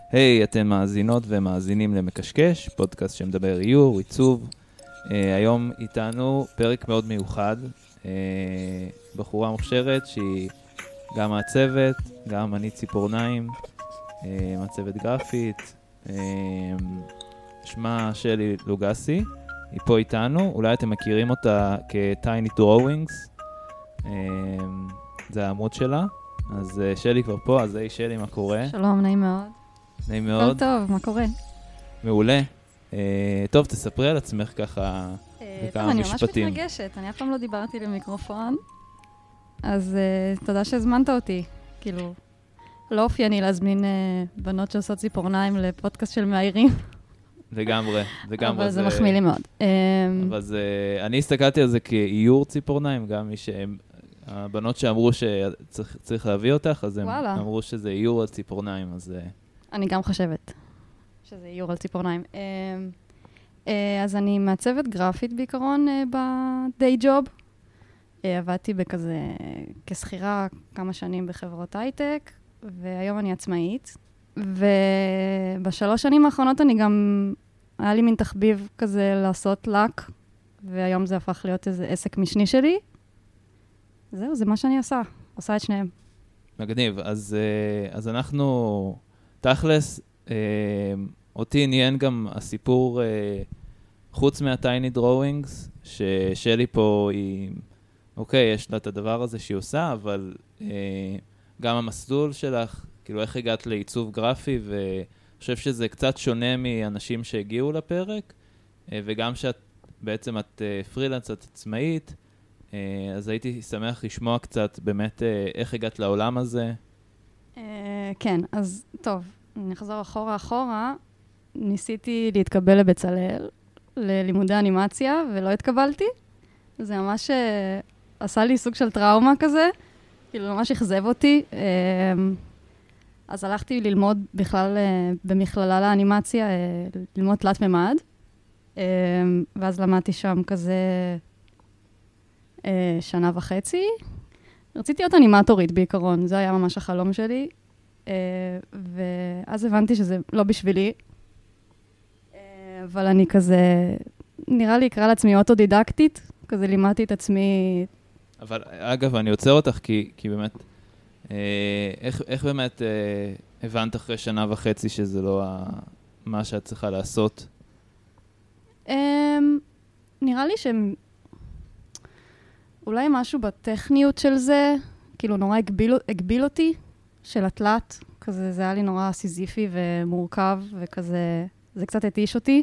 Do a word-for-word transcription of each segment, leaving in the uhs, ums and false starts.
היי, hey, אתן מאזינות ומאזינים למקשקש, פודקאסט שמדבר איור, עיצוב. Uh, היום איתנו פרק מאוד מיוחד, uh, בחורה מוכשרת שהיא גם מעצבת, גם אני ציפורניים, uh, מעצבת גרפית, uh, שמה שלי לוגסי, היא פה איתנו, אולי אתם מכירים אותה כ-Tiny Drawings, uh, זה העמוד שלה, אז uh, שלי כבר פה, אז היי שלי, מה קורה? שלום, נעים מאוד. נעים מאוד. כל טוב, מה קורה? מעולה. אה, טוב, תספרי על עצמך ככה אה, בכמה טוב, אני משפטים. ממש מתרגשת, אני אף פעם לא דיברתי למיקרופון, אז אה, תודה שהזמנת אותי. כאילו, לא אופייני להזמין אה, בנות שעושות ציפורניים לפודקאסט של מאיירים. לגמרי, לגמרי. אבל זה מחמיא לי מאוד. אה, אבל זה, אני הסתכלתי על זה כאיור ציפורניים, גם מי שהם, הבנות שאמרו שצריך להביא אותך, אז הם וואלה. אמרו שזה איור על ציפורניים, אז... אני גם חושבת שזה איור על ציפורניים. אה, אה, אז אני מעצבת גרפית בעיקרון אה, ב-day job. אה, עבדתי בכזה, כשכירה כמה שנים בחברות הייטק, והיום אני עצמאית. ובשלוש שנים האחרונות אני גם, היה לי מין תחביב כזה לעשות לק, והיום זה הפך להיות איזה עסק משני שלי. זהו, זה מה שאני עושה. עושה את שניהם. מגניב. אז, אז אנחנו, תכלס, אותי עניין גם הסיפור, חוץ מה-Tiny Drawings, ששלי פה היא, אוקיי, יש לה את הדבר הזה שהיא עושה, אבל גם המסלול שלך, כאילו איך הגעת לעיצוב גרפי, ואני חושב שזה קצת שונה מאנשים שהגיעו לפרק, וגם שאת, בעצם את פרילנס, את עצמאית, אז הייתי שמח לשמוע קצת באמת איך הגעת לעולם הזה. כן, אז טוב, נחזור אחורה אחורה. ניסיתי להתקבל לבצלאל, ללימודי אנימציה, ולא התקבלתי. זה ממש עשה לי סוג של טראומה כזה, כאילו ממש הכזב אותי. אז הלכתי ללמוד בכלל במכללה לאנימציה, ללמוד תלת ממד, ואז למדתי שם כזה שנה וחצי. רציתי להיות אנימטורית בעיקרון, זה היה ממש החלום שלי, ואז הבנתי שזה לא בשבילי, אבל אני כזה, נראה לי אקרא לעצמי אוטודידקטית, כזה לימדתי את עצמי. אבל אגב, אני עוצר אותך כי, כי באמת, איך, איך באמת הבנת אחרי שנה וחצי שזה לא מה שאת צריכה לעשות? נראה לי שהם, אולי משהו בטכניות של זה, כאילו נורא הגביל, הגביל אותי, של התלת, כזה זה היה לי נורא סיזיפי ומורכב, וכזה, זה קצת התיש אותי.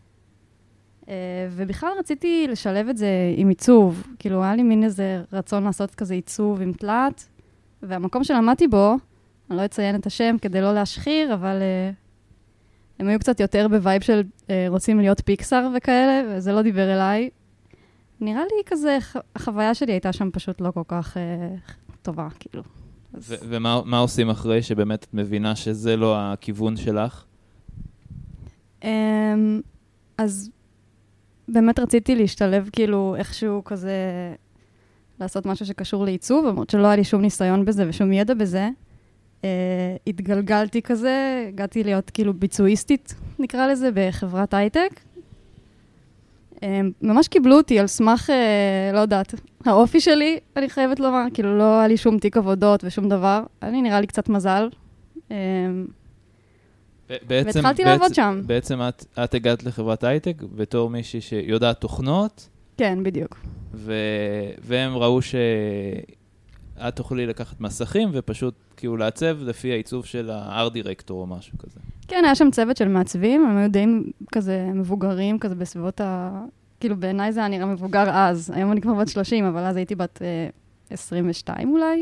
ובכלל רציתי לשלב את זה עם עיצוב, כאילו היה לי מין איזה רצון לעשות כזה עיצוב עם תלת, והמקום שלמדתי בו, אני לא אציין את השם כדי לא להשחיר, אבל uh, הם היו קצת יותר בווייב של uh, רוצים להיות פיקסאר וכאלה, וזה לא דיבר אליי. נראה לי כזה, החוויה שלי הייתה שם פשוט לא כל כך uh, טובה, כאילו. ו- ומה מה עושים אחרי שבאמת את מבינה שזה לא הכיוון שלך? Um, אז באמת רציתי להשתלב כאילו איכשהו כזה, לעשות משהו שקשור לעיצוב, למרות שלא היה לי שום ניסיון בזה ושום ידע בזה. Uh, התגלגלתי כזה, הגעתי להיות כאילו ביצועיסטית, נקרא לזה, בחברת הייטק. Uh, ממש קיבלו אותי על סמך, uh, לא יודעת, האופי שלי, אני חייבת לומר, כאילו לא היה לי שום תיק עבודות ושום דבר. אני נראה לי קצת מזל. Uh, בעצם, והתחלתי בעצם, לעבוד שם. בעצם את, את הגעת לחברת הייטק בתור מישהי שיודעת תוכנות. כן, בדיוק. ו, והם ראו שאת תוכלי לקחת מסכים ופשוט כאילו לעצב לפי העיצוב של ה-Art Director או משהו כזה. כן, היה שם צוות של מעצבים, הם היו די כזה מבוגרים, כזה בסביבות ה... כאילו בעיניי זה היה נראה מבוגר אז. היום אני כבר בת שלושים, אבל אז הייתי בת אה, עשרים ושתיים אולי.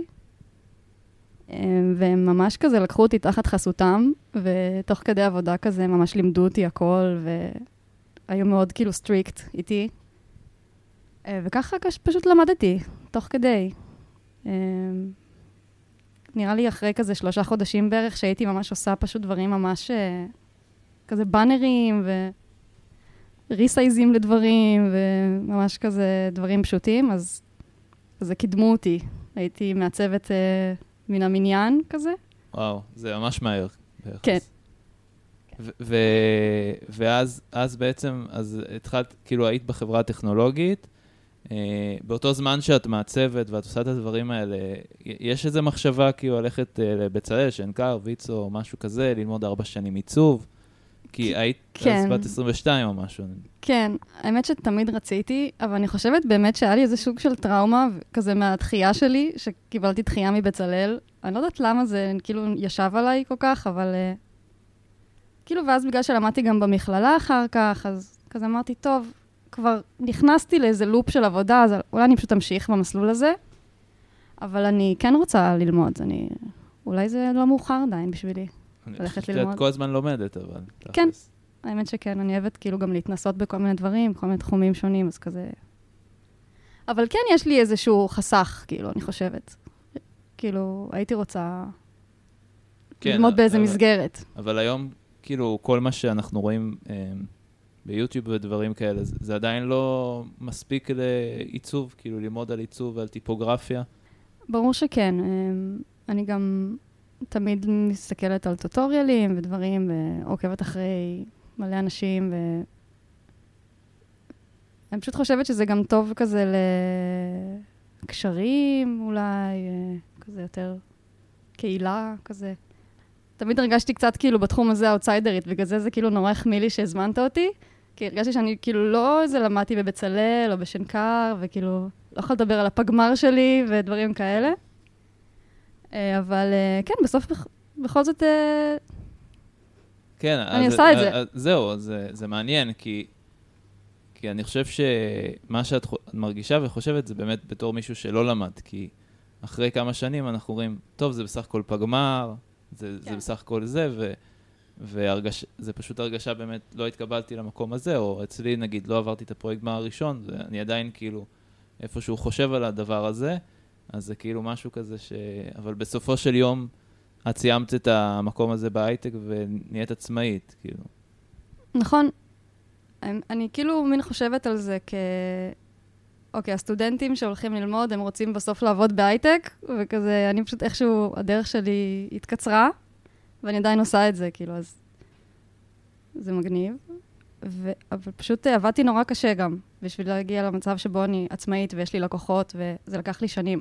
והם ממש כזה לקחו אותי תחת חסותם, ותוך כדי עבודה כזה ממש לימדו אותי הכל, והיו מאוד כאילו סטריקט איתי. וככה פשוט למדתי, תוך כדי. נראה לי אחרי כזה שלושה חודשים בערך, שהייתי ממש עושה פשוט דברים ממש כזה בנרים, וריסייזים לדברים, וממש כזה דברים פשוטים, אז זה קידמו אותי. הייתי מעצבת מן המניין כזה. וואו, זה ממש מהר. כן. ו- ו- ואז אז בעצם, אז התחלת, כאילו היית בחברה הטכנולוגית, אה, באותו זמן שאת מעצבת ואת עושה את הדברים האלה, יש איזו מחשבה כאילו ללכת אה, לבצלאל, שנקר, ויצו, משהו כזה, ללמוד ארבע שנים עיצוב? כי היית כן. אז בת עשרים ושתיים או משהו. כן, האמת שתמיד רציתי, אבל אני חושבת באמת שהיה לי איזה סוג של טראומה, כזה מהדחייה שלי, שקיבלתי דחייה מבצלאל. אני לא יודעת למה זה כאילו ישב עליי כל כך, אבל... uh, כאילו, ואז בגלל שלמדתי גם במכללה אחר כך, אז כזה אמרתי, טוב, כבר נכנסתי לאיזה לופ של עבודה, אז אולי אני פשוט אמשיך במסלול הזה, אבל אני כן רוצה ללמוד, אני... אולי זה לא מאוחר עדיין בשבילי. ללכת ללמוד. את כל הזמן לומדת, אבל... כן, האמת שכן, אני אוהבת כאילו גם להתנסות בכל מיני דברים, כל מיני תחומים שונים, אז כזה... אבל כן, יש לי איזשהו חסך, כאילו, אני חושבת. כאילו, הייתי רוצה כן, ללמוד באיזה אבל, מסגרת. אבל היום, כאילו, כל מה שאנחנו רואים אה, ביוטיוב ודברים כאלה, זה, זה עדיין לא מספיק לעיצוב, כאילו, ללמוד על עיצוב ועל טיפוגרפיה. ברור שכן. אה, אני גם... תמיד מסתכלת על טוטוריאלים ודברים, ועוקבת אחרי מלא אנשים, ו... אני פשוט חושבת שזה גם טוב כזה לקשרים, אולי, כזה יותר קהילה, כזה. תמיד הרגשתי קצת כאילו בתחום הזה האוטסיידרית, בגלל זה זה כאילו נורא החמיא לי שהזמנת אותי, כי הרגשתי שאני כאילו לא איזה למדתי בבצלאל או בשנקר, וכאילו לא יכולה לדבר על הפגמר שלי ודברים כאלה. אבל כן, בסוף בכל זאת כן, אני עושה את זה. זהו, זה, זה מעניין, כי, כי אני חושב שמה שאת מרגישה וחושבת זה באמת בתור מישהו שלא למד, כי אחרי כמה שנים אנחנו רואים, טוב, זה בסך הכל פגמר, זה, כן. זה בסך הכל זה, ו, והרגש, זה פשוט הרגשה באמת, לא התקבלתי למקום הזה, או אצלי נגיד, לא עברתי את הפרויקט גמר הראשון, ואני עדיין כאילו איפשהו חושב על הדבר הזה, אז זה כאילו משהו כזה ש... אבל בסופו של יום, את סיימת את המקום הזה בהייטק ונהיית עצמאית, כאילו. נכון. אני, אני כאילו מין חושבת על זה כ... אוקיי, הסטודנטים שהולכים ללמוד, הם רוצים בסוף לעבוד בהייטק, וכזה, אני פשוט איכשהו, הדרך שלי התקצרה, ואני עדיין עושה את זה, כאילו, אז זה מגניב. ו... אבל פשוט עבדתי נורא קשה גם, בשביל להגיע למצב שבו אני עצמאית ויש לי לקוחות, וזה לקח לי שנים.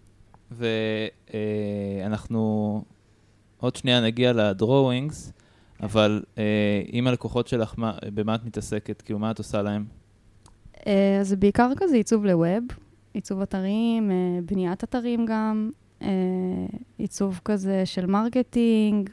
ואנחנו עוד שנייה נגיע לדרואינגס, אבל עם הלקוחות שלך, במה את מתעסקת? כאילו, מה את עושה להם? זה בעיקר כזה עיצוב לווב, עיצוב אתרים, בניית אתרים גם, עיצוב כזה של מרקטינג,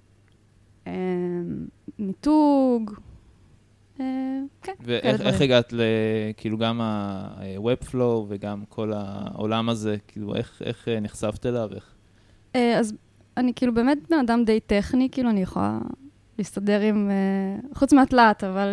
מיתוג, כן. ואיך הגעת כאילו גם ה-Webflow וגם כל העולם הזה, כאילו איך נחשפת אליו? אז אני כאילו באמת בן אדם די טכני, כאילו אני יכולה להסתדר עם, חוץ מהתלת, אבל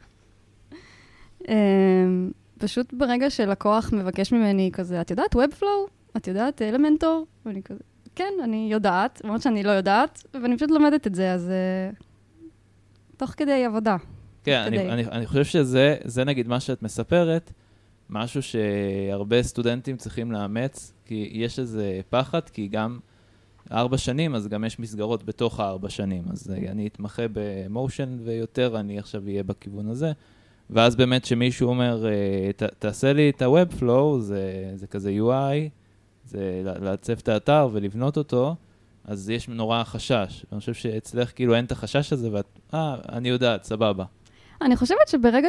פשוט ברגע שלקוח מבקש ממני כזה, את יודעת Webflow? את יודעת אלמנטור? ואני כזה, כן, אני יודעת, למרות שאני לא יודעת, ואני פשוט לומדת את זה, אז תוך כדי עבודה. כן, אני, אני, אני חושב שזה, זה נגיד מה שאת מספרת, משהו שהרבה סטודנטים צריכים לאמץ, כי יש איזה פחד, כי גם ארבע שנים, אז גם יש מסגרות בתוך הארבע שנים, אז אני אתמחה במושן ויותר, אני עכשיו אהיה בכיוון הזה, ואז באמת שמישהו אומר, ת, תעשה לי את ה-Webflow, זה, זה כזה יו איי, זה לעצב את האתר ולבנות אותו, אז יש נורא חשש. אני חושב שאצלך כאילו אין את החשש הזה, ואת, אה, אני יודעת, סבבה. אני חושבת שברגע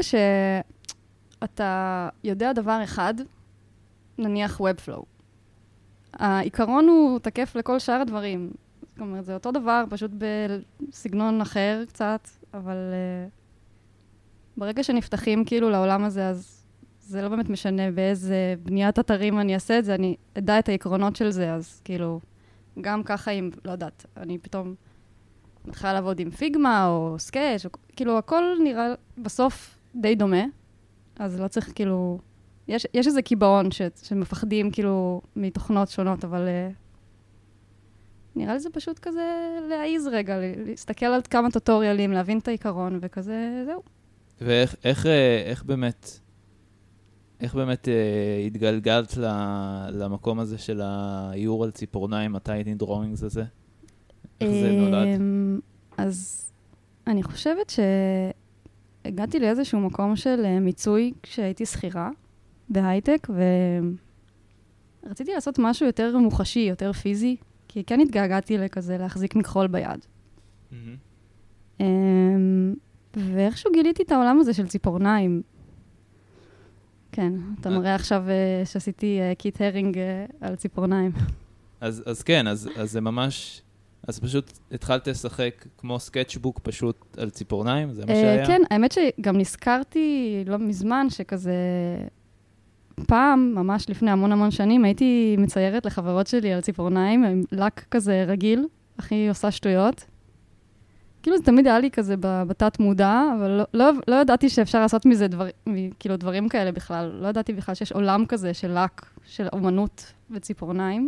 שאתה יודע דבר אחד, נניח Webflow, העיקרון הוא תקף לכל שאר הדברים. זאת אומרת, זה אותו דבר, פשוט בסגנון אחר קצת, אבל uh, ברגע שנפתחים כאילו לעולם הזה, אז זה לא באמת משנה באיזה בניית אתרים אני אעשה את זה, אני אדע את העקרונות של זה, אז כאילו, גם ככה אם, לא יודעת, אני פתאום מתחילה לעבוד עם פיגמה או סקאץ', או, כאילו הכל נראה בסוף די דומה, אז לא צריך כאילו, יש, יש איזה קיבעון ש, שמפחדים כאילו מתוכנות שונות, אבל uh, נראה לי זה פשוט כזה להעיז רגע, להסתכל על כמה טוטוריאלים, להבין את העיקרון וכזה, זהו. ואיך איך, איך באמת, איך באמת אה, התגלגלת למקום הזה של האיור על ציפורניים, ה-Tiny Drawings הזה? איך זה נולד? אז אני חושבת שהגעתי לאיזשהו מקום של מיצוי כשהייתי שכירה בהייטק, ורציתי לעשות משהו יותר מוחשי, יותר פיזי, כי כן התגעגעתי לכזה להחזיק מכחול ביד. Mm-hmm. ואיכשהו גיליתי את העולם הזה של ציפורניים. כן, אתה מראה עכשיו שעשיתי קיט הרינג על ציפורניים. אז, אז כן, אז, אז זה ממש, אז פשוט התחלת לשחק כמו סקטשבוק פשוט על ציפורניים, זה מה שהיה? כן, האמת שגם נזכרתי לא מזמן שכזה, פעם, ממש לפני המון המון שנים, הייתי מציירת לחברות שלי על ציפורניים, עם לק כזה רגיל, הכי עושה שטויות. כאילו זה תמיד היה לי כזה בתת מודע, אבל לא, לא, לא ידעתי שאפשר לעשות מזה דבר, כאילו דברים כאלה בכלל. לא ידעתי בכלל שיש עולם כזה של לק, של אומנות וציפורניים.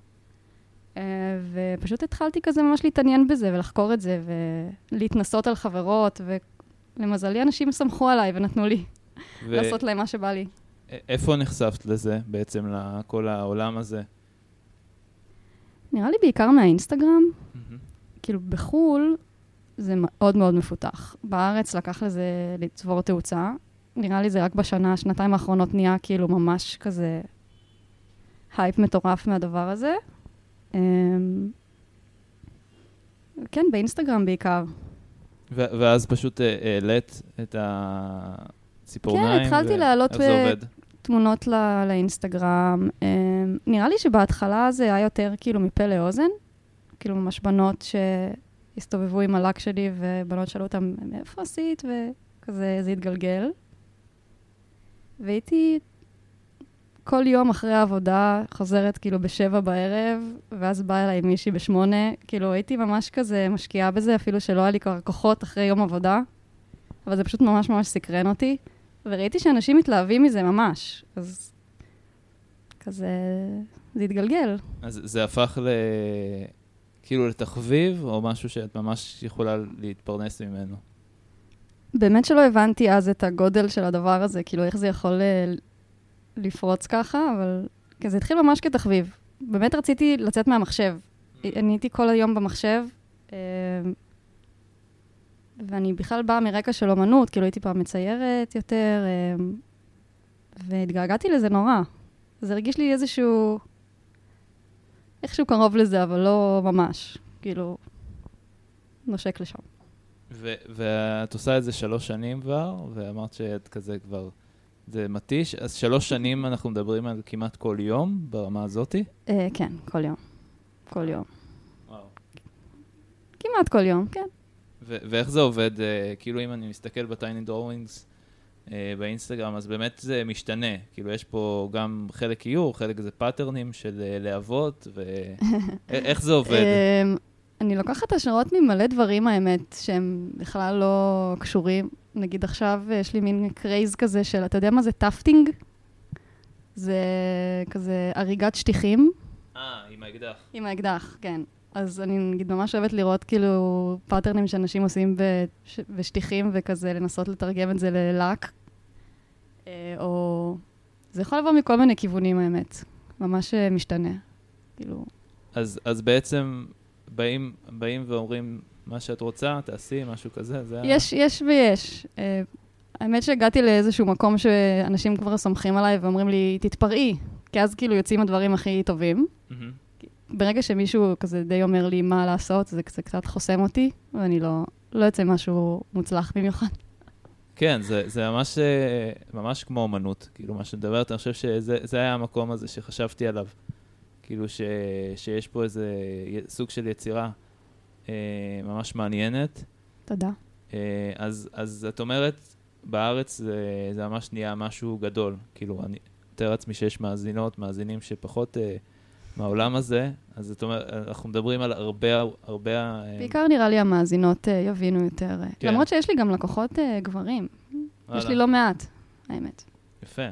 ופשוט התחלתי כזה ממש להתעניין בזה ולחקור את זה ולהתנסות על חברות, ולמזלי אנשים סמכו עליי ונתנו לי ו... לעשות להם מה שבא לי. איפה נחשפת לזה בעצם, לכל העולם הזה? נראה לי בעיקר מהאינסטגרם. Mm-hmm. כאילו בחול זה מאוד מאוד מפותח. בארץ לקח לזה לצבור תאוצה. נראה לי זה רק בשנה, שנתיים האחרונות נהיה כאילו ממש כזה הייפ מטורף מהדבר הזה. כן, באינסטגרם בעיקר. ואז פשוט העלית את הציפורניים? כן, התחלתי להעלות תמונות לאינסטגרם. נראה לי שבהתחלה זה היה יותר כאילו מפה לאוזן. כאילו ממש בנות שהסתובבו עם הלק שלי, ובנות שאלו אותם, מאיפה עשית? וכזה זה התגלגל. והייתי כל יום אחרי העבודה חוזרת כאילו בשבע בערב, ואז באה אליי מישהי בשמונה. כאילו הייתי ממש כזה משקיעה בזה, אפילו שלא היה לי כבר כוחות אחרי יום עבודה. אבל זה פשוט ממש ממש סקרן אותי. וראיתי שאנשים מתלהבים מזה ממש. אז כזה, זה התגלגל. אז זה הפך ל... כאילו לתחביב, או משהו שאת ממש יכולה להתפרנס ממנו? באמת שלא הבנתי אז את הגודל של הדבר הזה, כאילו איך זה יכול לפרוץ ככה, אבל זה התחיל ממש כתחביב. באמת רציתי לצאת מהמחשב. אני הייתי כל היום במחשב, ואני בכלל באה מרקע של אומנות, כאילו הייתי פעם מציירת יותר, והתגעגעתי לזה נורא. זה הרגיש לי איזשהו... איכשהו קרוב לזה, אבל לא ממש. כאילו, נושק לשם. ו- ואת עושה את זה שלוש שנים כבר, ואמרת שאת כזה כבר, זה מתיש. אז שלוש שנים אנחנו מדברים על כמעט כל יום, ברמה הזאתי? אה, כן, כל יום. כל יום. וואו. כמעט כל יום, כן. ו- ואיך זה עובד? Uh, כאילו אם אני מסתכל בטייני דרווינגס, Uh, באינסטגרם, אז באמת זה משתנה. כאילו, יש פה גם חלק איור, חלק זה פאטרנים של uh, להבות, ואיך זה עובד? אני לוקחת השראות ממלא דברים, האמת, שהם בכלל לא קשורים. נגיד עכשיו יש לי מין קרייז כזה של, אתה יודע מה זה טפטינג? זה כזה הריגת שטיחים. אה, עם האקדח. עם האקדח, כן. אז אני נגיד ממש אוהבת לראות כאילו פאטרנים שאנשים עושים בש... בשטיחים וכזה לנסות לתרגם את זה ללק. אה, או... זה יכול לבוא מכל מיני כיוונים האמת. ממש משתנה. כאילו... אז, אז בעצם באים, באים ואומרים מה שאת רוצה, תעשי, משהו כזה. זה יש, יש ויש. אה, האמת שהגעתי לאיזשהו מקום שאנשים כבר סומכים עליי ואומרים לי, תתפרעי. כי אז כאילו יוצאים הדברים הכי טובים. Mm-hmm. ברגע שמישהו כזה די אומר לי מה לעשות, זה קצת, קצת חוסם אותי, ואני לא, לא יוצא משהו מוצלח במיוחד. כן, זה, זה ממש, ממש כמו אומנות. כאילו, מה שדברת, אני חושב שזה זה היה המקום הזה שחשבתי עליו. כאילו, ש, שיש פה איזה סוג של יצירה אה, ממש מעניינת. תודה. אה, אז, אז את אומרת, בארץ זה, זה ממש נהיה משהו גדול. כאילו, אני יותר עצמי שיש מאזינות, מאזינים שפחות... אה, מהעולם הזה, אז זאת אומרת, אנחנו מדברים על הרבה, הרבה... בעיקר נראה לי המאזינות יבינו יותר. כן. למרות שיש לי גם לקוחות גברים. וואלה. יש לי לא מעט, האמת. יפה.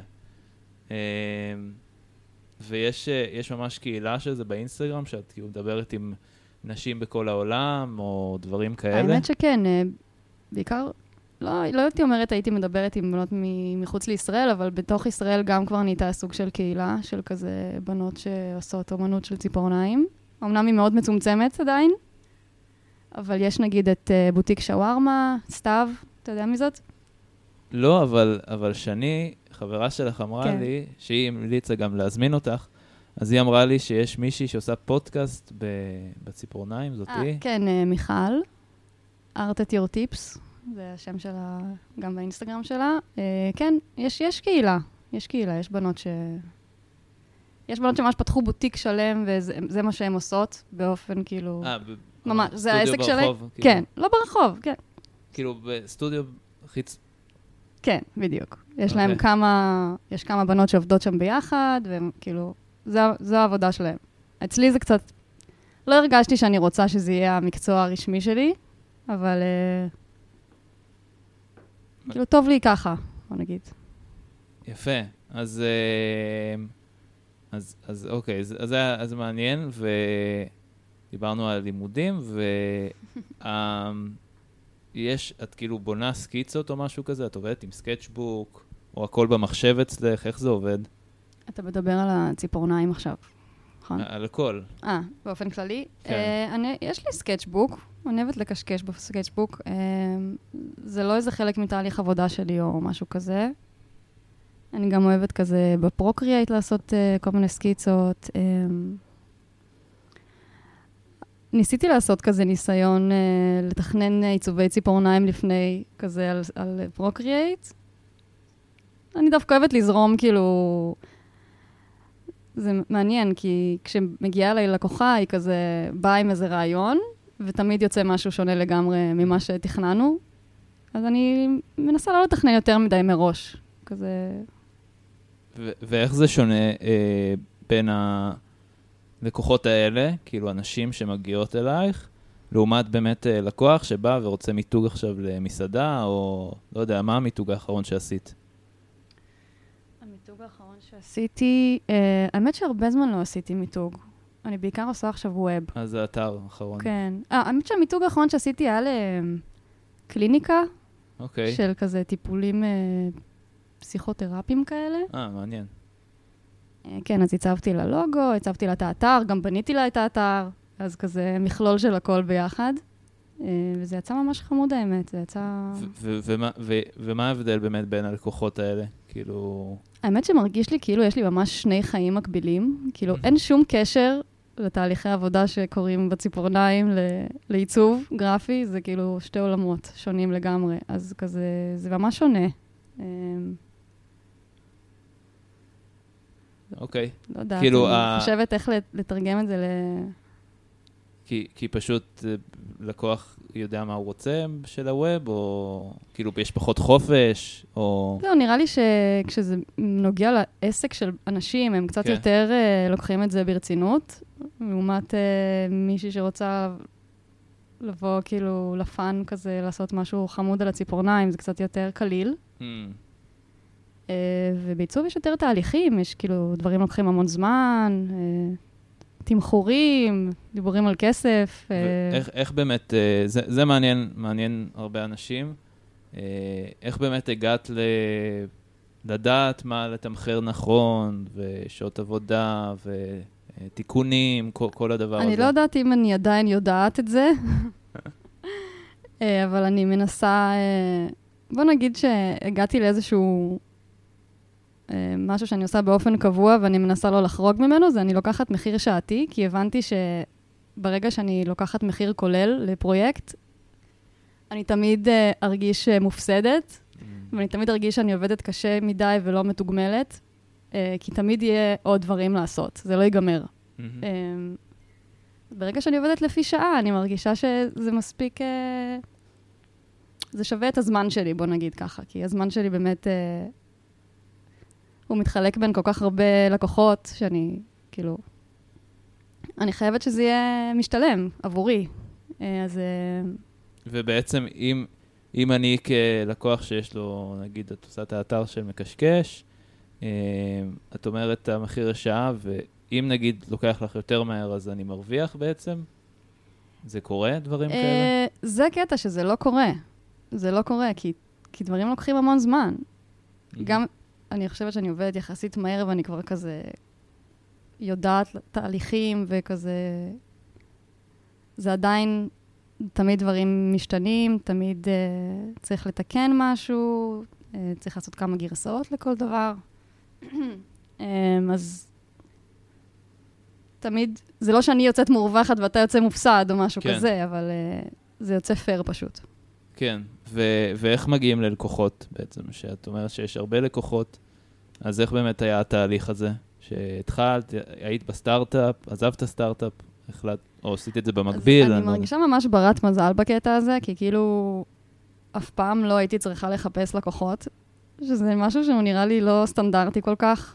ויש יש ממש קהילה של זה באינסטגרם, שאת מדברת עם נשים בכל העולם, או דברים כאלה? האמת שכן, בעיקר... לא, לא הייתי אומרת, הייתי מדברת עם בנות מחוץ לישראל, אבל בתוך ישראל גם כבר נהייתה סוג של קהילה, של כזה בנות שעושות אומנות של ציפורניים. אמנם היא מאוד מצומצמת עדיין, אבל יש נגיד את uh, בוטיק שווארמה, סתיו, אתה יודע מי זאת? לא, אבל, אבל שני, חברה שלך אמרה כן. לי, שהיא המליצה גם להזמין אותך, אז היא אמרה לי שיש מישהי שעושה פודקאסט ב, בציפורניים, זאת היא? כן, uh, מיכל, Art at your tips, זה השם שלה גם באינסטגרם שלה. Uh, כן, יש, יש קהילה, יש קהילה, יש בנות ש... יש בנות שממש פתחו בוטיק שלם, וזה זה מה שהן עושות, באופן כאילו... אה, ממש, זה העסק שלהם. ברחוב, כאילו. כן, לא ברחוב, כן. כאילו בסטודיו חיצ... כן, בדיוק. יש Okay. להם כמה, יש כמה בנות שעובדות שם ביחד, והם כאילו, זו, זו העבודה שלהם. אצלי זה קצת, לא הרגשתי שאני רוצה שזה יהיה המקצוע הרשמי שלי, אבל uh, כאילו טוב לי ככה, בוא נגיד. יפה. אז, אז, אז אוקיי, אז, אז, אז זה מעניין, ודיברנו על לימודים, ויש, את כאילו בונה סקיצות או משהו כזה, את עובדת עם סקצ'בוק, או הכל במחשב אצלך, איך זה עובד? אתה מדבר על הציפורניים עכשיו, נכון? על הכל. אה, באופן כללי. כן. Uh, אני, יש לי סקצ'בוק, אני אוהבת לקשקש בסקצ'בוק. Uh, זה לא איזה חלק מתהליך עבודה שלי או משהו כזה. אני גם אוהבת כזה בפרוקריאט לעשות uh, כל מיני סקיצות. Um, ניסיתי לעשות כזה ניסיון uh, לתכנן עיצובי ציפורניים לפני כזה על, על פרוקריאט. אני דווקא אוהבת לזרום כאילו... זה מעניין, כי כשמגיעה אליי לקוחה, היא כזה באה עם איזה רעיון, ותמיד יוצא משהו שונה לגמרי ממה שתכננו. אז אני מנסה לא לתכנן יותר מדי מראש. כזה... ו- ואיך זה שונה אה, בין הלקוחות האלה, כאילו אנשים שמגיעות אלייך, לעומת באמת אה, לקוח שבא ורוצה מיתוג עכשיו למסעדה, או לא יודע, מה המיתוג האחרון שעשית? המיתוג האחרון שעשיתי, אה, האמת שהרבה זמן לא עשיתי מיתוג. אני בעיקר עושה עכשיו ווב. אז זה האתר האחרון. כן. אה, האמת שהמיתוג האחרון שעשיתי היה לקליניקה, אוקיי. של כזה טיפולים אה, פסיכותרפיים כאלה. אה, מעניין. אה, כן, אז הצבתי לה לוגו, הצבתי לה את האתר, גם בניתי לה את האתר, אז כזה מכלול של הכל ביחד. אה, וזה יצא ממש חמוד האמת, זה יצא... ו- ו- ומה- ו- ומה ההבדל באמת בין הלקוחות האלה? כאילו... האמת שמרגיש לי כאילו יש לי ממש שני חיים מקבילים. כאילו אין שום קשר לתהליכי עבודה שקורים בציפורניים ל- לעיצוב גרפי, זה כאילו שתי עולמות שונים לגמרי. אז כזה, זה ממש שונה. אוקיי. לא יודעת, כאילו, אני ה- חושבת איך לתרגם את זה ל... כי, כי פשוט אה, לקוח יודע מה הוא רוצה של הווב, או כאילו יש פחות חופש, או... לא, נראה לי שכשזה נוגע לעסק של אנשים, הם קצת כן. יותר uh, לוקחים את זה ברצינות, לעומת uh, מישהי שרוצה לבוא כאילו לפן כזה, לעשות משהו חמוד על הציפורניים, זה קצת יותר קליל. Hmm. Uh, ובעיצוב יש יותר תהליכים, יש כאילו דברים לוקחים המון זמן, uh, תמחורים, דיבורים על כסף. ואיך, איך באמת, אה, זה, זה מעניין, מעניין הרבה אנשים, אה, איך באמת הגעת ל... לדעת מה לתמחר נכון, ושעות עבודה, ותיקונים, כל, כל הדבר הזה. אני לא יודעת אם אני עדיין יודעת את זה, אה, אבל אני מנסה, אה, בוא נגיד שהגעתי לאיזשהו אה, משהו שאני עושה באופן קבוע, ואני מנסה לא לחרוג ממנו, זה אני לוקחת מחיר שעתי, כי הבנתי שברגע שאני לוקחת מחיר כולל לפרויקט, אני תמיד אה, ארגיש אה, מופסדת, mm. ואני תמיד ארגיש שאני עובדת קשה מדי ולא מתוגמלת, אה, כי תמיד יהיה עוד דברים לעשות, זה לא ייגמר. Mm-hmm. אה, ברגע שאני עובדת לפי שעה, אני מרגישה שזה מספיק... אה, זה שווה את הזמן שלי, בוא נגיד ככה, כי הזמן שלי באמת... אה, הוא מתחלק בין כל כך הרבה לקוחות, שאני, כאילו... אני חייבת שזה יהיה משתלם עבורי. אז... ובעצם, אם, אם אני כלקוח שיש לו, נגיד, את עושה את האתר של מקשקש, את אומרת המחיר השעה, ואם נגיד לוקח לך יותר מהר, אז אני מרוויח בעצם? זה קורה, דברים כאלה? זה קטע שזה לא קורה. זה לא קורה, כי, כי דברים לוקחים המון זמן. גם... אני חושבת שאני עובדת יחסית מהר, ואני כבר כזה יודעת תהליכים וכזה... זה עדיין תמיד דברים משתנים, תמיד uh, צריך לתקן משהו, uh, צריך לעשות כמה גרסאות לכל דבר. um, אז תמיד, זה לא שאני יוצאת מורווחת ואתה יוצא מופסד או משהו כן. כזה, אבל uh, זה יוצא פייר פשוט. כן, ו- ואיך מגיעים ללקוחות בעצם? שאת אומרת שיש הרבה לקוחות, אז איך באמת היה התהליך הזה? שהתחלת, היית בסטארט-אפ, עזבת סטארט-אפ, החלט, או עשית את זה במקביל? אני, אני מרגישה לא... ממש ברת מזל בקטע הזה, כי כאילו אף פעם לא הייתי צריכה לחפש לקוחות, שזה משהו שהוא נראה לי לא סטנדרטי כל כך.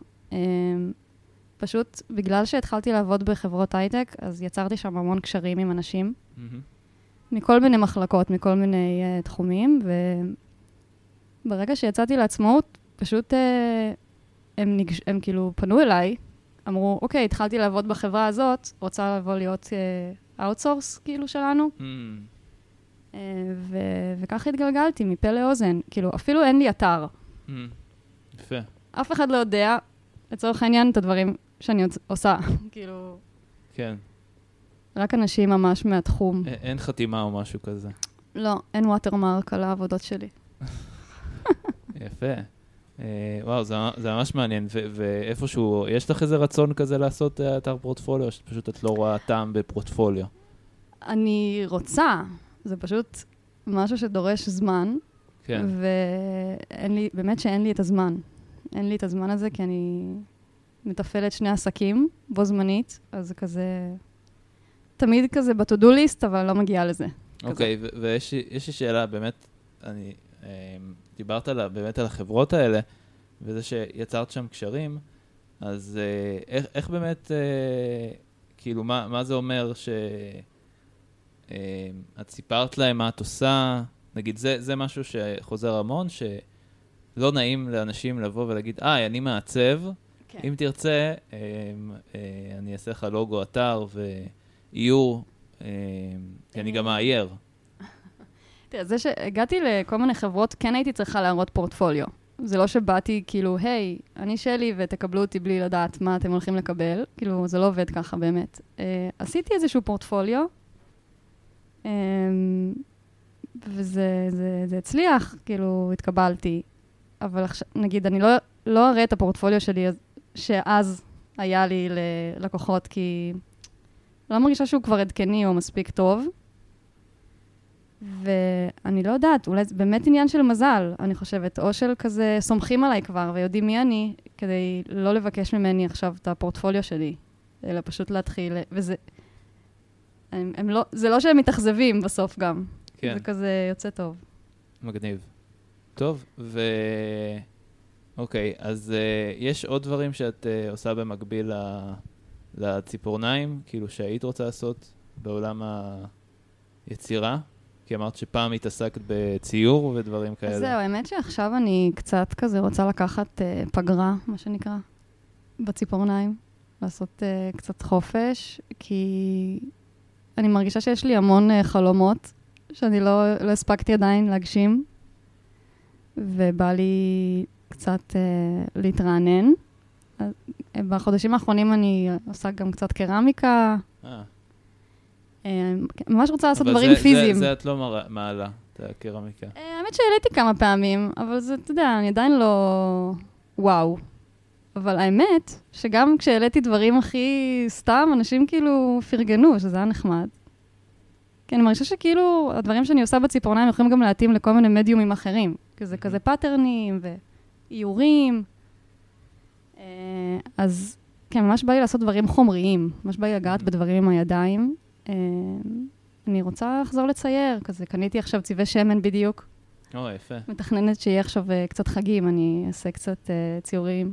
פשוט בגלל שהתחלתי לעבוד בחברות הייטק, אז יצרתי שם המון קשרים עם אנשים, mm-hmm. מכל מיני מחלקות, מכל מיני uh, תחומים, וברגע שיצאתי לעצמאות, פשוט uh, הם, ניגש, הם כאילו פנו אליי, אמרו, אוקיי, התחלתי לעבוד בחברה הזאת, רוצה לבוא להיות אאוטסורס, uh, כאילו, שלנו. Mm. Uh, ו- וכך התגלגלתי, מפה לאוזן. כאילו, אפילו אין לי אתר. Mm. יפה. אף אחד לא יודע, לצורך העניין, את הדברים שאני עושה. כאילו... כן. רק אנשים ממש מהתחום. א- אין חתימה או משהו כזה. לא, אין ווטרמרק על העבודות שלי. יפה. וואו, זה ממש מעניין, ואיפשהו, יש לך איזה רצון כזה לעשות אתר פורטפוליו, או שפשוט את לא רואה טעם בפורטפוליו? אני רוצה, זה פשוט משהו שדורש זמן, ואין לי, באמת שאין לי את הזמן. אין לי את הזמן הזה, כי אני מטפלת שני עסקים בו זמנית, אז זה כזה, תמיד כזה בטודו ליסט, אבל לא מגיעה לזה. אוקיי, ויש לי שאלה, באמת, אני... דיברת על, באמת על החברות האלה, וזה שיצרת שם קשרים, אז אה, איך, איך באמת, אה, כאילו, מה, מה זה אומר שאת אה, סיפרת להם מה את עושה? נגיד, זה, זה משהו שחוזר המון, שלא נעים לאנשים לבוא ולהגיד, אה, אני מעצב, כן. אם תרצה, אה, אה, אני אעשה לך לוגו אתר ואיור, אה, כי אני גם מאייר. תראה, זה שהגעתי לכל מיני חברות, כן הייתי צריכה להראות פורטפוליו. זה לא שבאתי כאילו, היי, אני שלי ותקבלו אותי בלי לדעת מה אתם הולכים לקבל. כאילו, זה לא עובד ככה באמת. Uh, עשיתי איזשהו פורטפוליו, um, וזה זה, זה הצליח, כאילו, התקבלתי. אבל עכשיו, נגיד, אני לא, לא אראה את הפורטפוליו שלי שאז היה לי ללקוחות, כי לא מרגישה שהוא כבר עדכני או מספיק טוב. ואני לא יודעת, אולי זה באמת עניין של מזל, אני חושבת, או של כזה סומכים עליי כבר ויודעים מי אני, כדי לא לבקש ממני עכשיו את הפורטפוליו שלי, אלא פשוט להתחיל, וזה, הם, הם לא, זה לא שהם מתאכזבים בסוף גם, כן. זה כזה יוצא טוב. מגניב. טוב, ו... אוקיי, אז uh, יש עוד דברים שאת uh, עושה במקביל ל... לציפורניים, כאילו שהיית רוצה לעשות בעולם היצירה? כי אמרת שפעם התעסקת בציור ודברים כאלה. אז זהו, האמת שעכשיו אני קצת כזה רוצה לקחת uh, פגרה, מה שנקרא, בציפורניים, לעשות uh, קצת חופש, כי אני מרגישה שיש לי המון uh, חלומות, שאני לא, לא הספקתי עדיין להגשים, ובא לי קצת uh, להתרענן. אז, uh, בחודשים האחרונים אני עושה גם קצת קרמיקה, אה. ממש רוצה לעשות דברים פיזיים. אבל זה את לא מעלה, את הקרמיקה. האמת שהעליתי כמה פעמים, אבל זה, אתה יודע, אני עדיין לא... וואו. אבל האמת, שגם כשהעליתי דברים הכי סתם, אנשים כאילו פרגנו, שזה היה נחמד. כי אני מרגישה שכאילו, הדברים שאני עושה בציפורניים יכולים גם להתאים לכל מיני מדיומים אחרים. כי זה כזה פאטרנים ואיורים. אז כן, ממש בא לי לעשות דברים חומריים. ממש בא לי לגעת בדברים עם הידיים. אני רוצה לחזור לצייר, כזה, קניתי עכשיו צבעי שמן בדיוק. או, יפה. מתכננת שיהיה עכשיו קצת חגים, אני אעשה קצת ציורים.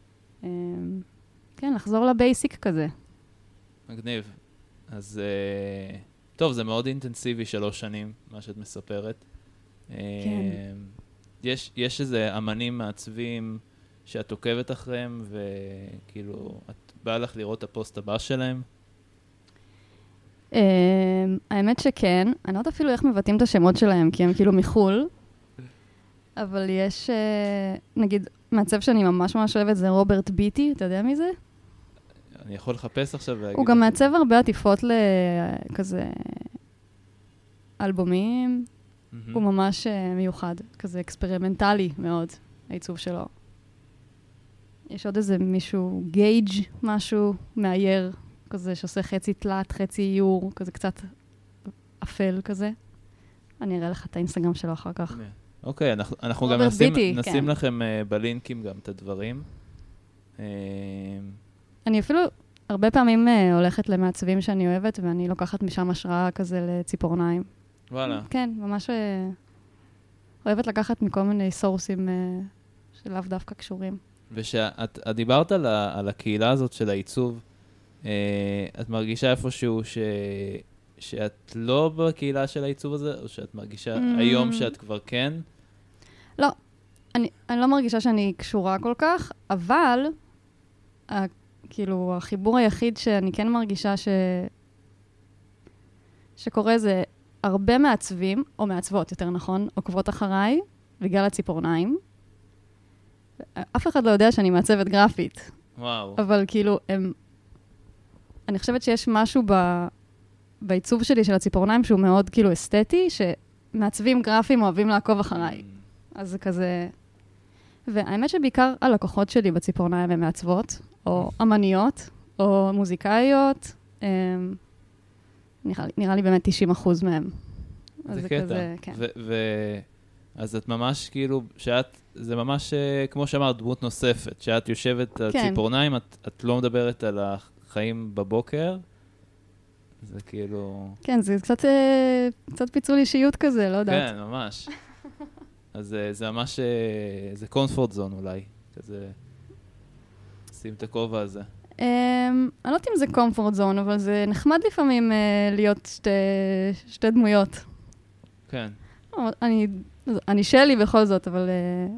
כן, לחזור לבייסיק כזה. מגניב. אז, טוב, זה מאוד אינטנסיבי שלוש שנים, מה שאת מספרת. כן. יש, יש איזה אמנים מעצבים שאת עוקבת אחריהם, וכאילו, את באה לך לראות את הפוסט הבא שלהם? Uh, האמת שכן, אני לא יודעת אפילו איך מבטאים את השמות שלהם, כי הם כאילו מחול, אבל יש, uh, נגיד, מעצב שאני ממש ממש אוהבת, זה רוברט ביטי, אתה יודע מי זה? אני יכול לחפש עכשיו ולהגיד. הוא גם מעצב הרבה עטיפות לכזה, אלבומים, Mm-hmm. הוא ממש uh, מיוחד, כזה אקספרימנטלי מאוד, העיצוב שלו. יש עוד איזה מישהו, גייג' משהו, מאייר, כזה שעושה חצי תלת, חצי איור, כזה קצת אפל כזה. אני אראה לך את האינסטגרם שלו אחר כך. אוקיי, אנחנו, אנחנו גם רוברט נשים, ביטי, נשים כן. לכם uh, בלינקים גם את הדברים. Uh, אני אפילו הרבה פעמים uh, הולכת למעצבים שאני אוהבת, ואני לוקחת משם השראה כזה לציפורניים. וואלה. כן, ממש uh, אוהבת לקחת מכל מיני סורסים uh, שלאו דווקא קשורים. ושאת את דיברת על, ה, על הקהילה הזאת של העיצוב, uh, את מרגישה איפשהו ש, שאת לא בקהילה של העיצוב הזה, או שאת מרגישה Mm. היום שאת כבר כן? לא, אני, אני לא מרגישה שאני קשורה כל כך, אבל ה, כאילו החיבור היחיד שאני כן מרגישה ש, שקורה זה הרבה מעצבים, או מעצבות יותר נכון, עוקבות אחריי, בגלל הציפורניים. אף אחד לא יודע שאני מעצבת גרפית. וואו. אבל כאילו, הם... אני חושבת שיש משהו ב... בעיצוב שלי של הציפורניים שהוא מאוד כאילו אסתטי, שמעצבים גרפיים אוהבים לעקוב אחריי. אז זה כזה... והאמת שבעיקר הלקוחות שלי בציפורניים הם מעצבות, או אמניות, או מוזיקאיות. הם... נראה, נראה לי באמת תשעים אחוז מהם. זה קטע. כזה, כן. ו- ו- אז את ממש כאילו, שאת, זה ממש, uh, כמו שאמרת, דמות נוספת, שאת יושבת על כן. ציפורניים, את, את לא מדברת על החיים בבוקר, זה כאילו... כן, זה קצת, אה, קצת פיצול אישיות כזה, לא יודעת. כן, ממש. אז uh, זה ממש, uh, זה comfort zone אולי, כזה, שים את הכובע הזה. Um, אני לא יודעת אם זה comfort zone, אבל זה נחמד לפעמים uh, להיות שתי, שתי דמויות. כן. אני, אני שלי בכל זאת, אבל uh,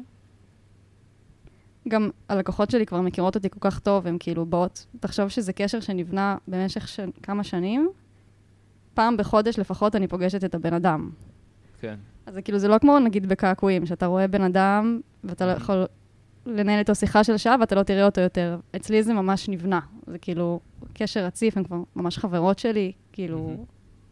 גם הלקוחות שלי כבר מכירות אותי כל כך טוב, הם כאילו באות. תחשוב שזה קשר שנבנה במשך ש... כמה שנים, פעם בחודש לפחות אני פוגשת את הבן אדם. כן. אז זה כאילו, זה לא כמו נגיד בקעקועים, שאתה רואה בן אדם ואתה לא יכול לנהל איתו שיחה של שעה ואתה לא תראה אותו יותר. אצלי זה ממש נבנה. זה כאילו קשר רציף, הם כבר ממש חברות שלי, כאילו...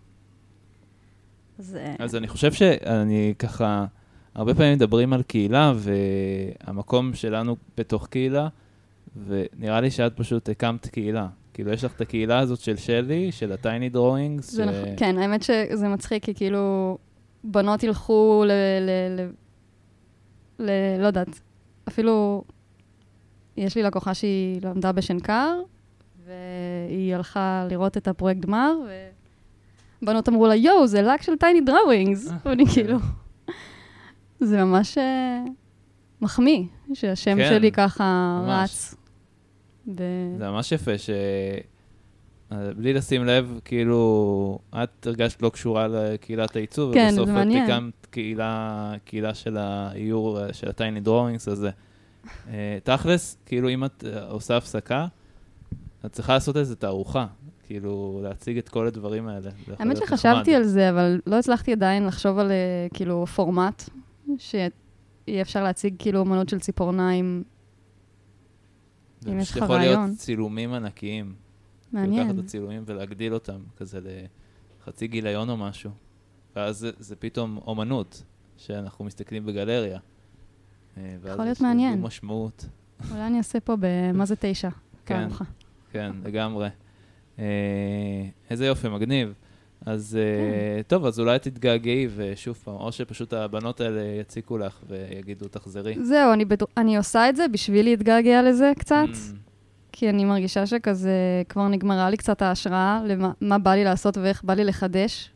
אז, אז אני חושב שאני ככה, הרבה פעמים מדברים על קהילה, והמקום שלנו בתוך קהילה, ונראה לי שאת פשוט הקמת קהילה. כאילו, יש לך את הקהילה הזאת של שלי, של ה-Tiny Drawings. זה ש... נכון, כן, האמת שזה מצחיק, כי כאילו, בנות ילכו ל... ל... ל... ל... לא יודעת, אפילו, יש לי לקוחה שהיא למדה בשנקר, והיא הלכה לראות את הפרויקט גמר, ו... בנות אמרו לה, יואו, זה לק של טייני דראווינגס. ואני כאילו, זה ממש מחמיא, שהשם שלי ככה רץ. זה ממש יפה, שבלי לשים לב, כאילו, את הרגשת לא קשורה לקהילת העיצוב, ובסוף את הקמת קהילה של האיור של הטייני דראווינגס הזה. תכלס, כאילו, אם את עושה הפסקה, את צריכה לעשות איזו תערוכה. כאילו, להציג את כל הדברים האלה. האמת שחשבתי על זה, אבל לא הצלחתי עדיין לחשוב על, כאילו, פורמט, שיהיה אפשר להציג, כאילו, אומנות של ציפורניים, אם יש לך רעיון. יכול להיות צילומים ענקיים. מעניין. לקחת את הצילומים ולהגדיל אותם, כזה לחצי גיליון או משהו. ואז זה, זה פתאום אומנות, שאנחנו מסתכלים בגלריה. יכול להיות מעניין. ואז יש משמעות. אולי אני אעשה פה במה זה תשע. כן, כן, לגמרי. איזה יופי, מגניב. אז טוב, אז אולי תתגעגעי ושוב פעם, או שפשוט הבנות האלה יציקו לך ויגידו תחזרי. זהו, אני עושה את זה בשביל להתגעגע לזה קצת, כי אני מרגישה שכזה כבר נגמרה לי קצת ההשראה למה בא לי לעשות ואיך בא לי לחדש.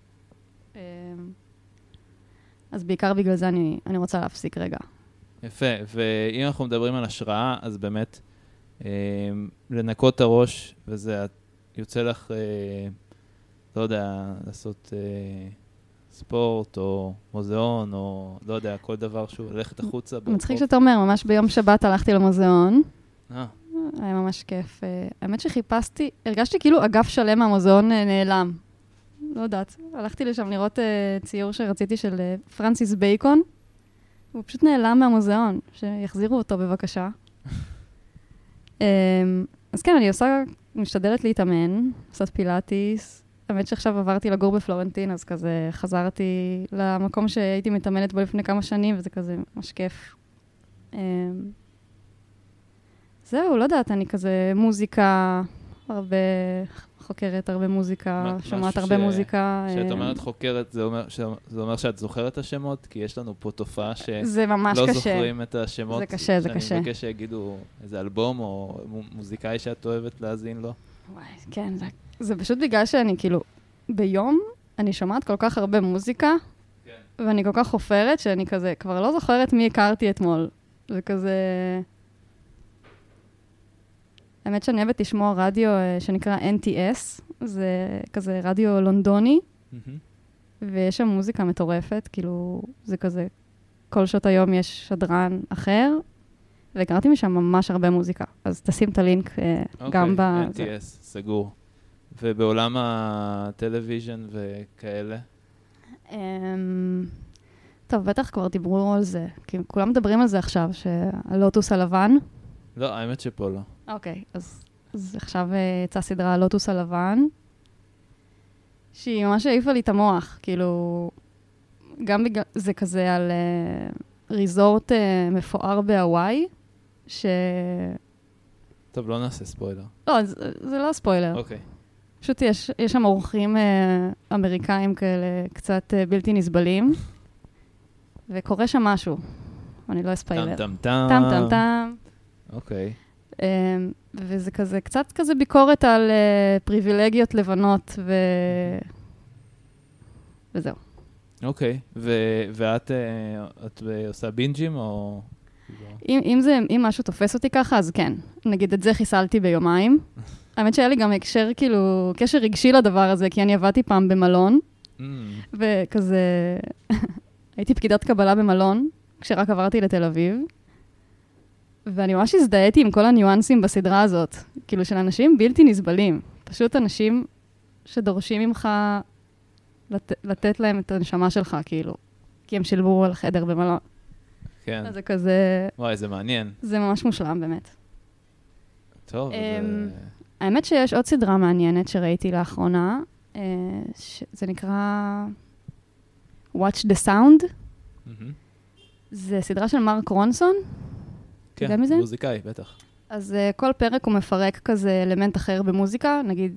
אז בעיקר בגלל זה אני רוצה להפסיק רגע. יפה, ואם אנחנו מדברים על השראה, אז באמת לנקות את הראש, וזה יוצא לך, אה, לא יודע, לעשות אה, ספורט או מוזיאון, או לא יודע, כל דבר שהוא ללכת החוצה. מצחיק שאתה אומר, ממש ביום שבת הלכתי למוזיאון. אה. היה ממש כיף. אה, האמת שחיפשתי, הרגשתי כאילו אגף שלם מהמוזיאון אה, נעלם. לא יודעת. הלכתי לשם לראות אה, ציור שרציתי של אה, פרנסיס בייקון. הוא פשוט נעלם מהמוזיאון, שיחזירו אותו בבקשה. אה, אז כן, אני עושה... משתדלת להתאמן, עושה פילאטיס, האמת שעכשיו עברתי לגור בפלורנטין, אז כזה חזרתי למקום שהייתי מתאמנת בו לפני כמה שנים, וזה כזה ממש כיף. זהו, לא יודעת, אני כזה מוזיקה, הרבה חוקרת, הרבה מוזיקה, שומעת הרבה מוזיקה. כשאת אומרת חוקרת, זה אומר, זה אומר שאת זוכרת את השמות? כי יש לנו פה תופעה שלא זוכרים את השמות. זה קשה, זה קשה. שאני מבקש שיגידו איזה אלבום או מוזיקאי שאת אוהבת להזין לו. וואי, כן, זה, זה פשוט בגלל שאני כאילו, ביום אני שומעת כל כך הרבה מוזיקה, כן. ואני כל כך חופרת שאני כזה, כבר לא זוכרת מי הכרתי אתמול. זה כזה... האמת שאני אוהבת לשמוע רדיו שנקרא אן טי אס, זה כזה רדיו לונדוני, mm-hmm. ויש שם מוזיקה מטורפת, כאילו זה כזה, כל שעות היום יש שדרן אחר, והכרתי משם ממש הרבה מוזיקה, אז תשים את הלינק okay, גם ב... אן טי אס, סגור. ובעולם הטלוויז'ן וכאלה? Um, טוב, בטח כבר דיברו על זה, כי כולם מדברים על זה עכשיו, שהלוטוס הלבן. לא, האמת שפה לא. אוקיי, okay, אז, אז עכשיו יצאה סדרה הלוטוס הלבן, שהיא ממש העיפה לי את המוח, כאילו, גם בגלל, זה כזה על uh, ריזורט uh, מפואר בהוואי, ש... טוב, לא נעשה ספוילר. לא, זה, זה לא ספוילר. אוקיי. Okay. פשוט יש, יש שם אורחים uh, אמריקאים כאלה קצת uh, בלתי נסבלים, וקורה שם משהו, אני לא אספיילר. טם טם טם. טם טם טם. אוקיי. Um, וזה כזה, קצת כזה ביקורת על uh, פריבילגיות לבנות, ו... וזהו. אוקיי, ו- ואת uh, את עושה בינג'ים או... אם, אם זה, אם משהו תופס אותי ככה, אז כן. נגיד, את זה חיסלתי ביומיים. האמת שהיה לי גם הקשר, כאילו, קשר רגשי לדבר הזה, כי אני עבדתי פעם במלון, mm. וכזה, הייתי פקידת קבלה במלון, כשרק עברתי לתל אביב, ואני ממש הזדהיתי עם כל הניואנסים בסדרה הזאת, כאילו, של אנשים בלתי נסבלים. פשוט אנשים שדורשים ממך לת, לתת להם את הנשמה שלך, כאילו, כי הם שילבו על חדר במלון. כן. אז זה כזה... וואי, זה מעניין. זה ממש מושלם, באמת. טוב, זה... האמת שיש עוד סדרה מעניינת שראיתי לאחרונה, זה נקרא Watch the Sound. זה סדרה של מרק רונסון. כן, מוזיקאי, בטח. אז כל פרק הוא מפרק כזה אלמנט אחר במוזיקה, נגיד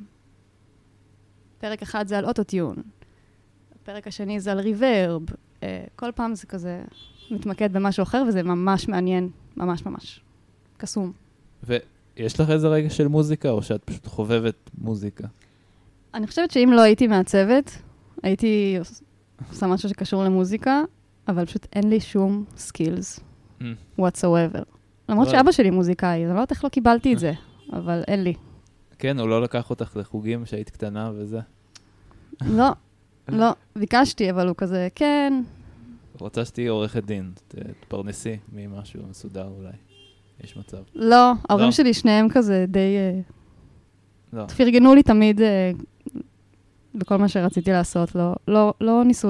פרק אחד זה על אוטוטיון, הפרק השני זה על ריברב, כל פעם זה כזה מתמקד במשהו אחר, וזה ממש מעניין, ממש ממש קסום. ויש לך איזה רגע של מוזיקה, או שאת פשוט חובבת מוזיקה? אני חושבת שאם לא הייתי מעצבת, הייתי עושה משהו שקשור למוזיקה, אבל פשוט אין לי שום skills whatsoever. למרות שאבא שלי מוזיקאי, אז אני לא יודעת איך לא קיבלתי את זה, אבל אין לי. כן, הוא לא לקח אותך לחוגים שהיית קטנה וזה? לא, לא, ביקשתי, אבל הוא כזה, כן. רוצה שתהיי עורכת דין, תפרנסי ממשהו מסודר אולי. יש מצב. לא, ההורים שלי שניהם כזה די... תפרגנו לי תמיד בכל מה שרציתי לעשות. לא ניסו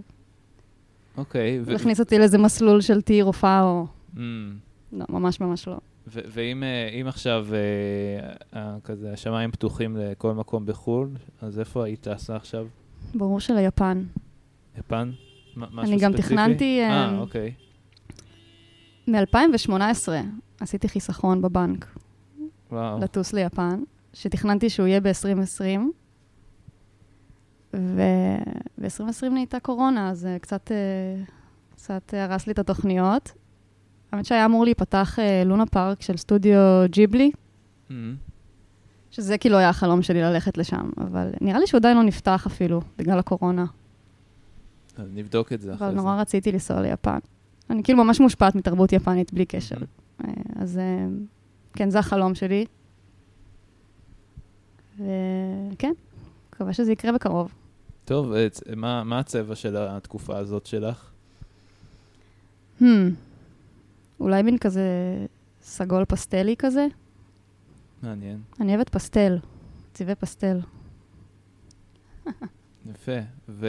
להכניס אותי לאיזה מסלול של תהי רופאה או... לא, ממש ממש לא. ואם עכשיו כזה השמיים פתוחים לכל מקום בחו"ל, אז איפה היית טסה עכשיו? ברור שליפן. יפן? אני גם תכננתי... אה, אוקיי. מ-אלפיים ושמונה עשרה עשיתי חיסכון בבנק. וואו. לטוס ליפן, שתכננתי שהוא יהיה ב-עשרים עשרים, וב-עשרים עשרים נהייתה קורונה, אז קצת, קצת הרס לי את התוכניות. האמת שהיה אמור להיפתח לונה פארק של סטודיו ג'יבלי, mm-hmm. שזה כאילו היה החלום שלי ללכת לשם, אבל נראה לי שהוא עדיין לא נפתח אפילו, בגלל הקורונה. אז נבדוק את זה אחרי אבל זה. נורא רציתי לנסוע ליפן. אני כאילו ממש מושפעת מתרבות יפנית בלי קשר. Mm-hmm. אז כן, זה החלום שלי. וכן, מקווה שזה יקרה בקרוב. טוב, מה, מה הצבע של התקופה הזאת שלך? Hmm, אולי מין כזה סגול פסטלי כזה. מעניין. אני אוהבת פסטל, צבעי פסטל. יפה. ו...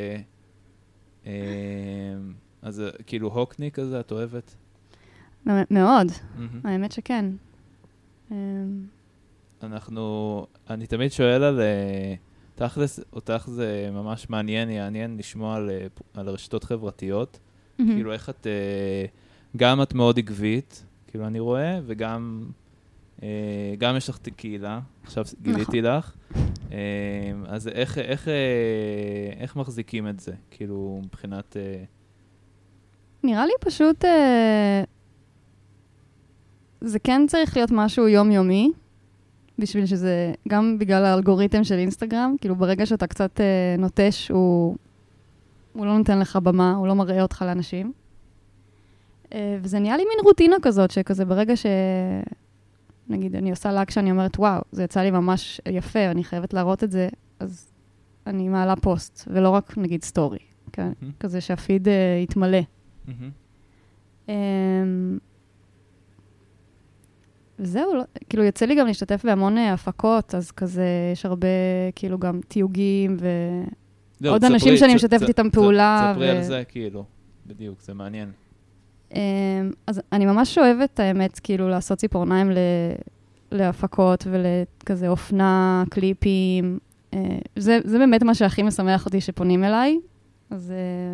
אז כאילו הוקני כזה, את אוהבת? מאוד, האמת שכן. אנחנו, אני תמיד שואל על תכלס, אותך זה ממש מעניין, יעניין לשמוע על, על רשתות חברתיות. Mm-hmm. כאילו איך את, גם את מאוד עקבית, כאילו אני רואה, וגם גם יש לך קהילה, עכשיו גיליתי לך. אז איך, איך, איך מחזיקים את זה? כאילו מבחינת... נראה לי פשוט... זה כן צריך להיות משהו יומיומי, בשביל שזה, גם בגלל האלגוריתם של אינסטגרם, כאילו ברגע שאתה קצת אה, נוטש, הוא, הוא לא נותן לך במה, הוא לא מראה אותך לאנשים. אה, וזה נהיה לי מין רוטינה כזאת, שכזה ברגע ש... נגיד, אני עושה לייק שאני אומרת, וואו, זה יצא לי ממש יפה, אני חייבת להראות את זה, אז אני מעלה פוסט, ולא רק, נגיד, סטורי. כן? Mm-hmm. כזה שהפיד אה, יתמלא. Mm-hmm. אה, וזהו, לא, כאילו יוצא לי גם להשתתף בהמון הפקות, אז כזה יש הרבה כאילו גם תיוגים ועוד אנשים שאני משתפת איתם פעולה. תספרי על זה כאילו, בדיוק, זה מעניין. אז אני ממש אוהבת האמת כאילו לעשות ציפורניים להפקות ולכזה אופנה, קליפים. זה, זה באמת מה שהכי משמח אותי שפונים אליי, אז...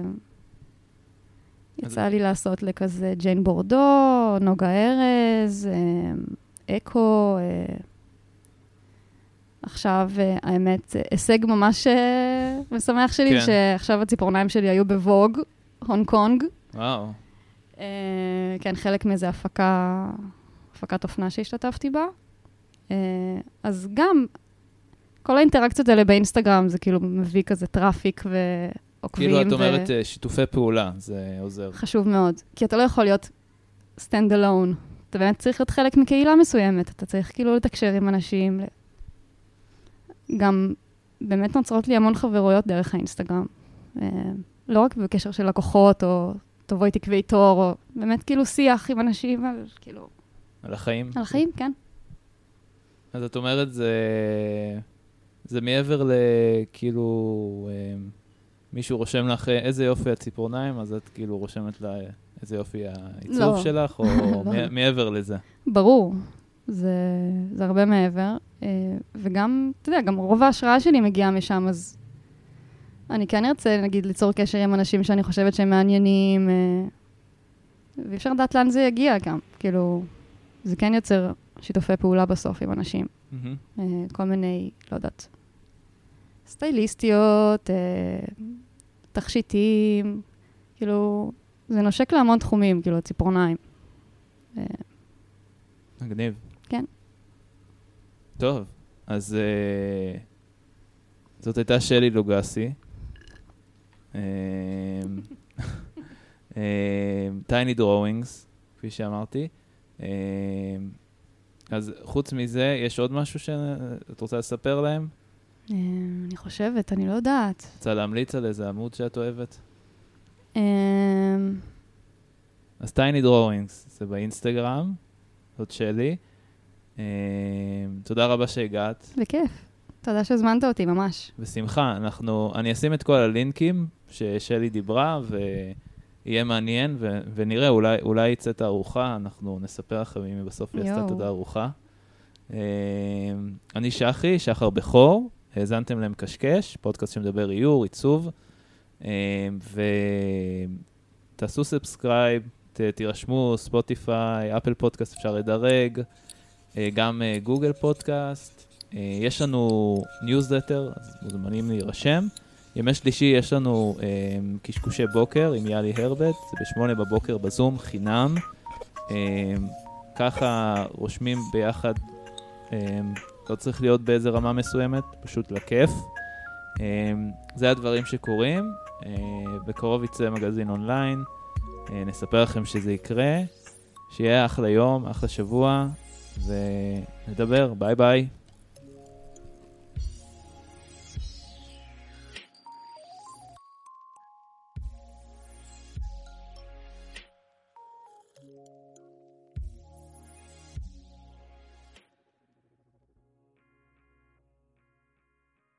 יצא לי לעשות לכזה ג'יין בורדו, נוגה ארז, אקו. עכשיו, האמת, הישג ממש משמח שלי, שעכשיו הציפורניים שלי היו בווג, הונג קונג. וואו. כן, חלק מזה הפקה, הפקת אופנה שהשתתפתי בה. אז גם, כל האינטראקציות האלה באינסטגרם, זה כאילו מביא כזה טראפיק ו... כאילו את אומרת ו... שיתופי פעולה, זה עוזר. חשוב מאוד, כי אתה לא יכול להיות stand alone. אתה באמת צריך להיות חלק מקהילה מסוימת, אתה צריך כאילו לתקשר עם אנשים. גם באמת נוצרות לי המון חברויות דרך האינסטגרם. לא רק בקשר של לקוחות, או תבואי תקווי תור, או באמת כאילו שיח עם אנשים, כאילו... על החיים? על החיים, כן. אז את אומרת, זה, זה מעבר לכאילו... מישהו רושם לך איזה יופי הציפורניים, אז את כאילו רושמת לה איזה יופי העיצוב לא. שלך, או לא. מעבר לזה? ברור, זה, זה הרבה מעבר. וגם, אתה יודע, גם רוב ההשראה שלי מגיעה משם, אז אני כן ארצה, נגיד, ליצור קשר עם אנשים שאני חושבת שהם מעניינים, ואפשר לדעת לאן זה יגיע גם. כאילו, זה כן יוצר שיתופי פעולה בסוף עם אנשים. Mm-hmm. כל מיני, לא יודעת, סטייליסטיות, תכשיטים, כאילו, זה נושק להמון תחומים, כאילו, ציפורניים. מגניב. כן. טוב, אז זאת הייתה שלי לוגסי. טייני דרואינגס, כפי שאמרתי. אז חוץ מזה, יש עוד משהו שאת רוצה לספר להם? אני חושבת, אני לא יודעת. רוצה להמליץ על איזה עמוד שאת אוהבת? אז טייני דרואינגס, זה באינסטגרם, זאת שלי. תודה רבה שהגעת. בכיף. תודה שהזמנת אותי, ממש. בשמחה. אנחנו, אני אשים את כל הלינקים ששלי דיברה, ויהיה מעניין, ו, ונראה, אולי, אולי יצא את הארוחה, אנחנו נספר לכם אם בסוף יצא את הארוחה. אני שחי, שחר בחור. האזנתם להם קשקש, פודקאסט שמדבר איור, עיצוב, ותעשו סאבסקרייב, תירשמו, ספוטיפיי, אפל פודקאסט אפשר לדרג, גם גוגל פודקאסט. יש לנו ניוזלטר, אז מוזמנים להירשם. ימי שלישי יש לנו קשקושי בוקר עם יאלי הרבט, זה בשמונה בבוקר בזום, חינם. ככה רושמים ביחד, לא צריך להיות באיזה רמה מסוימת, פשוט לכיף. זה הדברים שקורים. בקרוב יצא מגזין אונליין. נספר לכם שזה יקרה. שיהיה אחלה יום, אחלה שבוע, ונדבר. ביי ביי.